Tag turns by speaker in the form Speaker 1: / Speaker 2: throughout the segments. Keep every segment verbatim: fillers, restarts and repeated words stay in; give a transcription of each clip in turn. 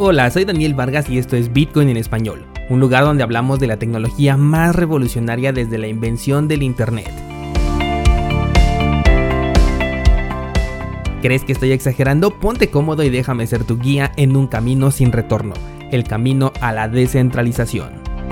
Speaker 1: Hola, soy Daniel Vargas y esto es Bitcoin en español, un lugar donde hablamos de la tecnología más revolucionaria desde la invención del Internet. ¿Crees que estoy exagerando? Ponte cómodo y déjame ser tu guía en un camino sin retorno, el camino a la descentralización.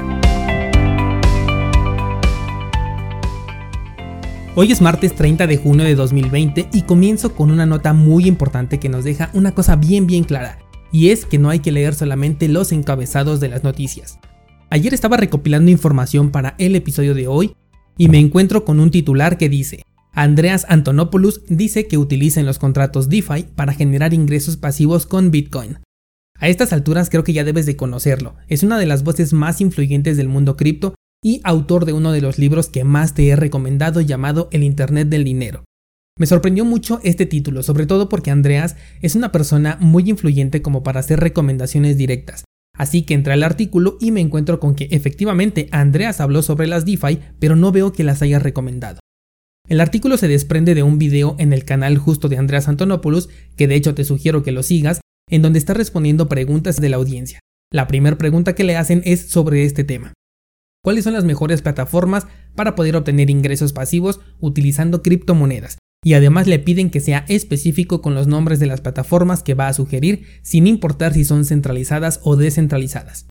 Speaker 1: Hoy es martes treinta de junio de dos mil veinte y comienzo con una nota muy importante que nos deja una cosa bien bien clara, y es que no hay que leer solamente los encabezados de las noticias. Ayer estaba recopilando información para el episodio de hoy y me encuentro con un titular que dice: Andreas Antonopoulos dice que utilicen los contratos DeFi para generar ingresos pasivos con Bitcoin. A estas alturas creo que ya debes de conocerlo, es una de las voces más influyentes del mundo cripto y autor de uno de los libros que más te he recomendado llamado El Internet del Dinero. Me sorprendió mucho este título, sobre todo porque Andreas es una persona muy influyente como para hacer recomendaciones directas. Así que entré al artículo y me encuentro con que efectivamente Andreas habló sobre las DeFi, pero no veo que las haya recomendado. El artículo se desprende de un video en el canal justo de Andreas Antonopoulos, que de hecho te sugiero que lo sigas, en donde está respondiendo preguntas de la audiencia. La primera pregunta que le hacen es sobre este tema. ¿Cuáles son las mejores plataformas para poder obtener ingresos pasivos utilizando criptomonedas? Y además le piden que sea específico con los nombres de las plataformas que va a sugerir, sin importar si son centralizadas o descentralizadas.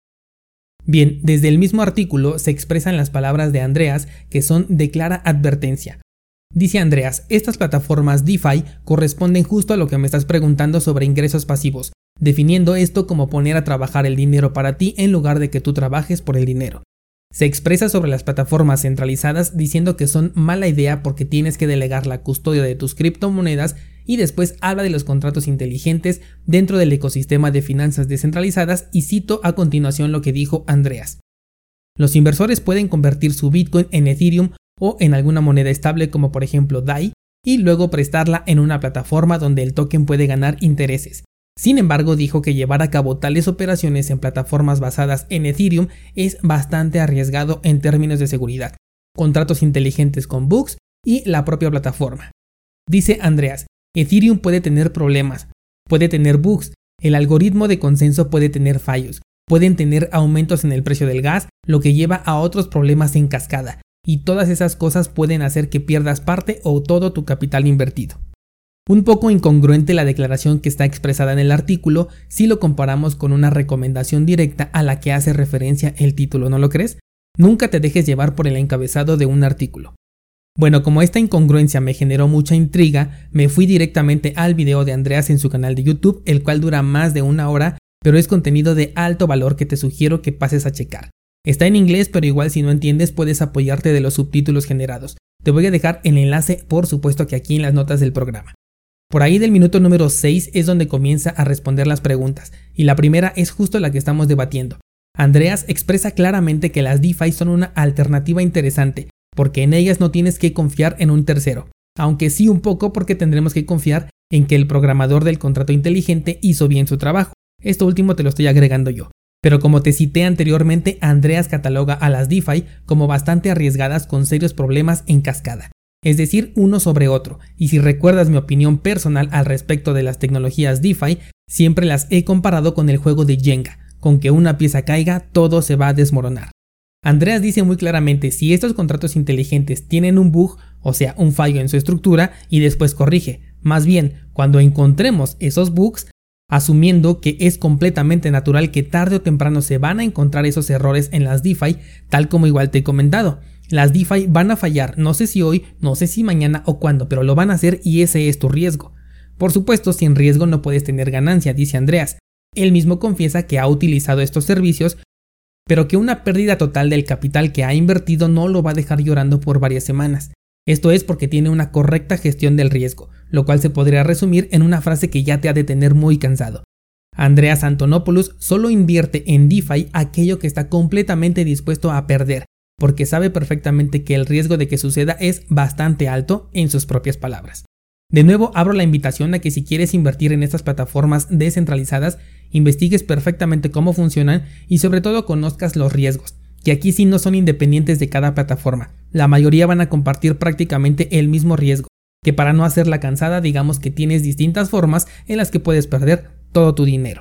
Speaker 1: Bien, desde el mismo artículo se expresan las palabras de Andreas que son de clara advertencia. Dice Andreas: estas plataformas DeFi corresponden justo a lo que me estás preguntando sobre ingresos pasivos, definiendo esto como poner a trabajar el dinero para ti en lugar de que tú trabajes por el dinero. Se expresa sobre las plataformas centralizadas diciendo que son mala idea porque tienes que delegar la custodia de tus criptomonedas, y después habla de los contratos inteligentes dentro del ecosistema de finanzas descentralizadas y cito a continuación lo que dijo Andreas. Los inversores pueden convertir su Bitcoin en Ethereum o en alguna moneda estable como por ejemplo D A I y luego prestarla en una plataforma donde el token puede ganar intereses. Sin embargo, dijo que llevar a cabo tales operaciones en plataformas basadas en Ethereum es bastante arriesgado en términos de seguridad, contratos inteligentes con bugs y la propia plataforma. Dice Andreas: Ethereum puede tener problemas, puede tener bugs, el algoritmo de consenso puede tener fallos, pueden tener aumentos en el precio del gas, lo que lleva a otros problemas en cascada, y todas esas cosas pueden hacer que pierdas parte o todo tu capital invertido. Un poco incongruente la declaración que está expresada en el artículo si lo comparamos con una recomendación directa a la que hace referencia el título, ¿no lo crees? Nunca te dejes llevar por el encabezado de un artículo. Bueno, como esta incongruencia me generó mucha intriga, me fui directamente al video de Andreas en su canal de YouTube, el cual dura más de una hora, pero es contenido de alto valor que te sugiero que pases a checar. Está en inglés, pero igual si no entiendes puedes apoyarte de los subtítulos generados. Te voy a dejar el enlace, por supuesto que aquí en las notas del programa. Por ahí del minuto número seis es donde comienza a responder las preguntas, y la primera es justo la que estamos debatiendo. Andreas expresa claramente que las DeFi son una alternativa interesante, porque en ellas no tienes que confiar en un tercero, aunque sí un poco porque tendremos que confiar en que el programador del contrato inteligente hizo bien su trabajo. Esto último te lo estoy agregando yo. Pero como te cité anteriormente, Andreas cataloga a las DeFi como bastante arriesgadas con serios problemas en cascada. Es decir, uno sobre otro, y si recuerdas mi opinión personal al respecto de las tecnologías DeFi, siempre las he comparado con el juego de Jenga, con que una pieza caiga, todo se va a desmoronar. Andreas dice muy claramente si estos contratos inteligentes tienen un bug, o sea, un fallo en su estructura, y después corrige. Más bien, cuando encontremos esos bugs, asumiendo que es completamente natural que tarde o temprano se van a encontrar esos errores en las DeFi, tal como igual te he comentado. Las DeFi van a fallar, no sé si hoy, no sé si mañana o cuándo, pero lo van a hacer y ese es tu riesgo. Por supuesto, sin riesgo no puedes tener ganancia, dice Andreas. Él mismo confiesa que ha utilizado estos servicios, pero que una pérdida total del capital que ha invertido no lo va a dejar llorando por varias semanas. Esto es porque tiene una correcta gestión del riesgo, lo cual se podría resumir en una frase que ya te ha de tener muy cansado. Andreas Antonopoulos solo invierte en DeFi aquello que está completamente dispuesto a perder, porque sabe perfectamente que el riesgo de que suceda es bastante alto, en sus propias palabras. De nuevo abro la invitación a que si quieres invertir en estas plataformas descentralizadas, investigues perfectamente cómo funcionan y sobre todo conozcas los riesgos, que aquí sí no son independientes de cada plataforma. La mayoría van a compartir prácticamente el mismo riesgo, que para no hacerla cansada digamos que tienes distintas formas en las que puedes perder todo tu dinero.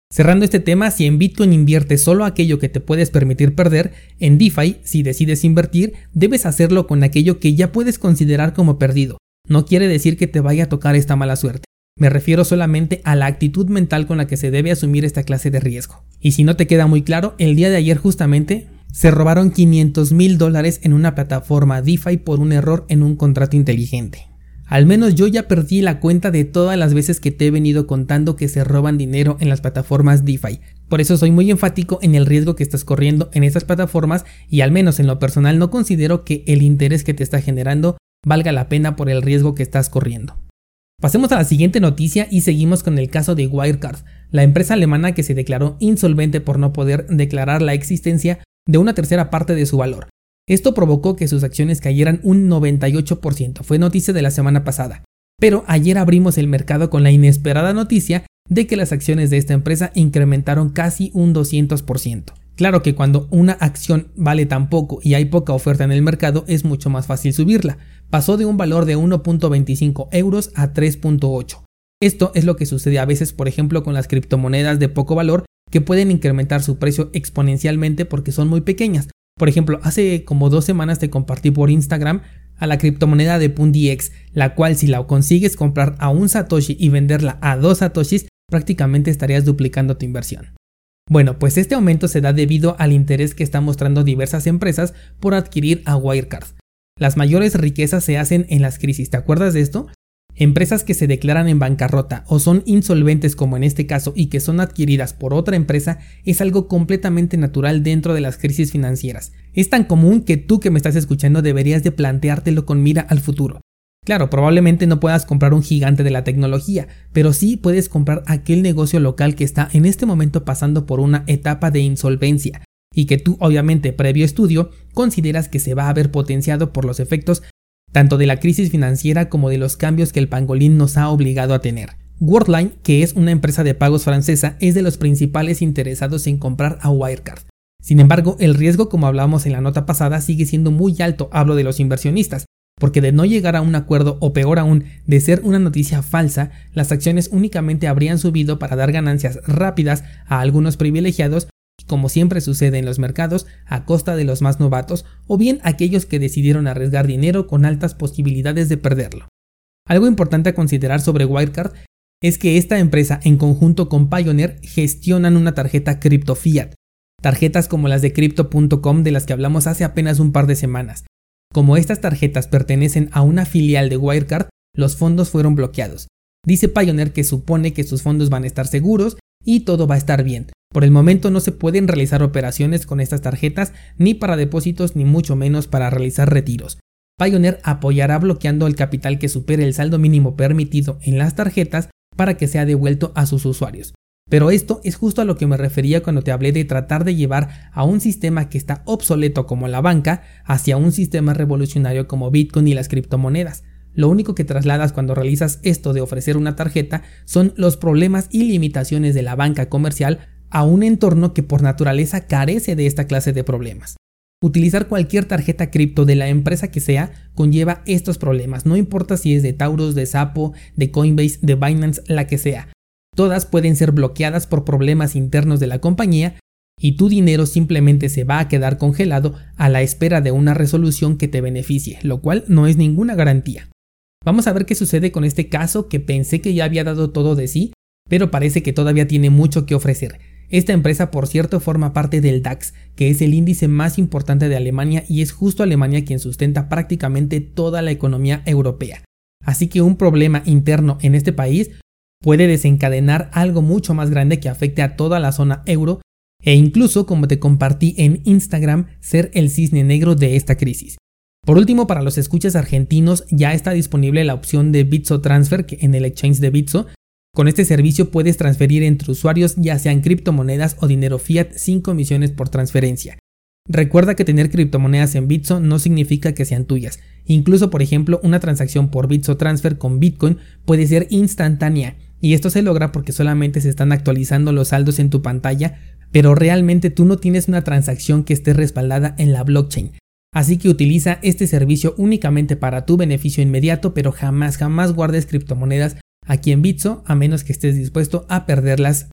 Speaker 1: Cerrando este tema, si en Bitcoin inviertes solo aquello que te puedes permitir perder, en DeFi, si decides invertir, debes hacerlo con aquello que ya puedes considerar como perdido. No quiere decir que te vaya a tocar esta mala suerte. Me refiero solamente a la actitud mental con la que se debe asumir esta clase de riesgo. Y si no te queda muy claro, el día de ayer justamente se robaron quinientos mil dólares en una plataforma DeFi por un error en un contrato inteligente. Al menos yo ya perdí la cuenta de todas las veces que te he venido contando que se roban dinero en las plataformas DeFi. Por eso soy muy enfático en el riesgo que estás corriendo en estas plataformas y al menos en lo personal no considero que el interés que te está generando valga la pena por el riesgo que estás corriendo. Pasemos a la siguiente noticia y seguimos con el caso de Wirecard, la empresa alemana que se declaró insolvente por no poder declarar la existencia de una tercera parte de su valor. Esto provocó que sus acciones cayeran un noventa y ocho por ciento, fue noticia de la semana pasada. Pero ayer abrimos el mercado con la inesperada noticia de que las acciones de esta empresa incrementaron casi un doscientos por ciento. Claro que cuando una acción vale tan poco y hay poca oferta en el mercado es mucho más fácil subirla. Pasó de un valor de uno punto veinticinco euros a tres punto ocho. Esto es lo que sucede a veces, por ejemplo, con las criptomonedas de poco valor que pueden incrementar su precio exponencialmente porque son muy pequeñas. Por ejemplo, hace como dos semanas te compartí por Instagram a la criptomoneda de PundiX, la cual si la consigues comprar a un satoshi y venderla a dos satoshis, prácticamente estarías duplicando tu inversión. Bueno, pues este aumento se da debido al interés que están mostrando diversas empresas por adquirir a Wirecard. Las mayores riquezas se hacen en las crisis, ¿te acuerdas de esto? Empresas que se declaran en bancarrota o son insolventes como en este caso y que son adquiridas por otra empresa es algo completamente natural dentro de las crisis financieras. Es tan común que tú que me estás escuchando deberías de planteártelo con mira al futuro. Claro, probablemente no puedas comprar un gigante de la tecnología, pero sí puedes comprar aquel negocio local que está en este momento pasando por una etapa de insolvencia y que tú obviamente previo estudio consideras que se va a ver potenciado por los efectos tanto de la crisis financiera como de los cambios que el pangolín nos ha obligado a tener. Worldline, que es una empresa de pagos francesa, es de los principales interesados en comprar a Wirecard. Sin embargo, el riesgo, como hablábamos en la nota pasada, sigue siendo muy alto, hablo de los inversionistas, porque de no llegar a un acuerdo o peor aún, de ser una noticia falsa, las acciones únicamente habrían subido para dar ganancias rápidas a algunos privilegiados, como siempre sucede en los mercados, a costa de los más novatos o bien aquellos que decidieron arriesgar dinero con altas posibilidades de perderlo. Algo importante a considerar sobre Wirecard es que esta empresa en conjunto con Payoneer gestionan una tarjeta cripto fiat, tarjetas como las de crypto punto com de las que hablamos hace apenas un par de semanas. Como estas tarjetas pertenecen a una filial de Wirecard, los fondos fueron bloqueados. Dice Payoneer que supone que sus fondos van a estar seguros y todo va a estar bien. Por el momento no se pueden realizar operaciones con estas tarjetas ni para depósitos ni mucho menos para realizar retiros. Payoneer apoyará bloqueando el capital que supere el saldo mínimo permitido en las tarjetas para que sea devuelto a sus usuarios. Pero esto es justo a lo que me refería cuando te hablé de tratar de llevar a un sistema que está obsoleto como la banca hacia un sistema revolucionario como Bitcoin y las criptomonedas. Lo único que trasladas cuando realizas esto de ofrecer una tarjeta son los problemas y limitaciones de la banca comercial a un entorno que por naturaleza carece de esta clase de problemas. Utilizar cualquier tarjeta cripto de la empresa que sea conlleva estos problemas, no importa si es de Taurus, de Xapo, de Coinbase, de Binance, la que sea. Todas pueden ser bloqueadas por problemas internos de la compañía y tu dinero simplemente se va a quedar congelado a la espera de una resolución que te beneficie, lo cual no es ninguna garantía. Vamos a ver qué sucede con este caso que pensé que ya había dado todo de sí, pero parece que todavía tiene mucho que ofrecer. Esta empresa, por cierto, forma parte del DAX, que es el índice más importante de Alemania y es justo Alemania quien sustenta prácticamente toda la economía europea. Así que un problema interno en este país puede desencadenar algo mucho más grande que afecte a toda la zona euro e incluso, como te compartí en Instagram, ser el cisne negro de esta crisis. Por último, para los escuchas argentinos ya está disponible la opción de Bitso Transfer que en el exchange de Bitso. Con este servicio puedes transferir entre usuarios ya sean criptomonedas o dinero fiat sin comisiones por transferencia. Recuerda que tener criptomonedas en Bitso no significa que sean tuyas. Incluso, por ejemplo, una transacción por Bitso Transfer con Bitcoin puede ser instantánea y esto se logra porque solamente se están actualizando los saldos en tu pantalla, pero realmente tú no tienes una transacción que esté respaldada en la blockchain. Así que utiliza este servicio únicamente para tu beneficio inmediato, pero jamás, jamás guardes criptomonedas aquí en Bitso, a menos que estés dispuesto a perderlas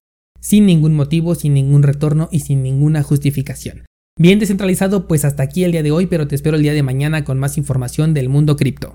Speaker 1: sin ningún motivo, sin ningún retorno y sin ninguna justificación. Bien descentralizado, pues hasta aquí el día de hoy, pero te espero el día de mañana con más información del mundo cripto.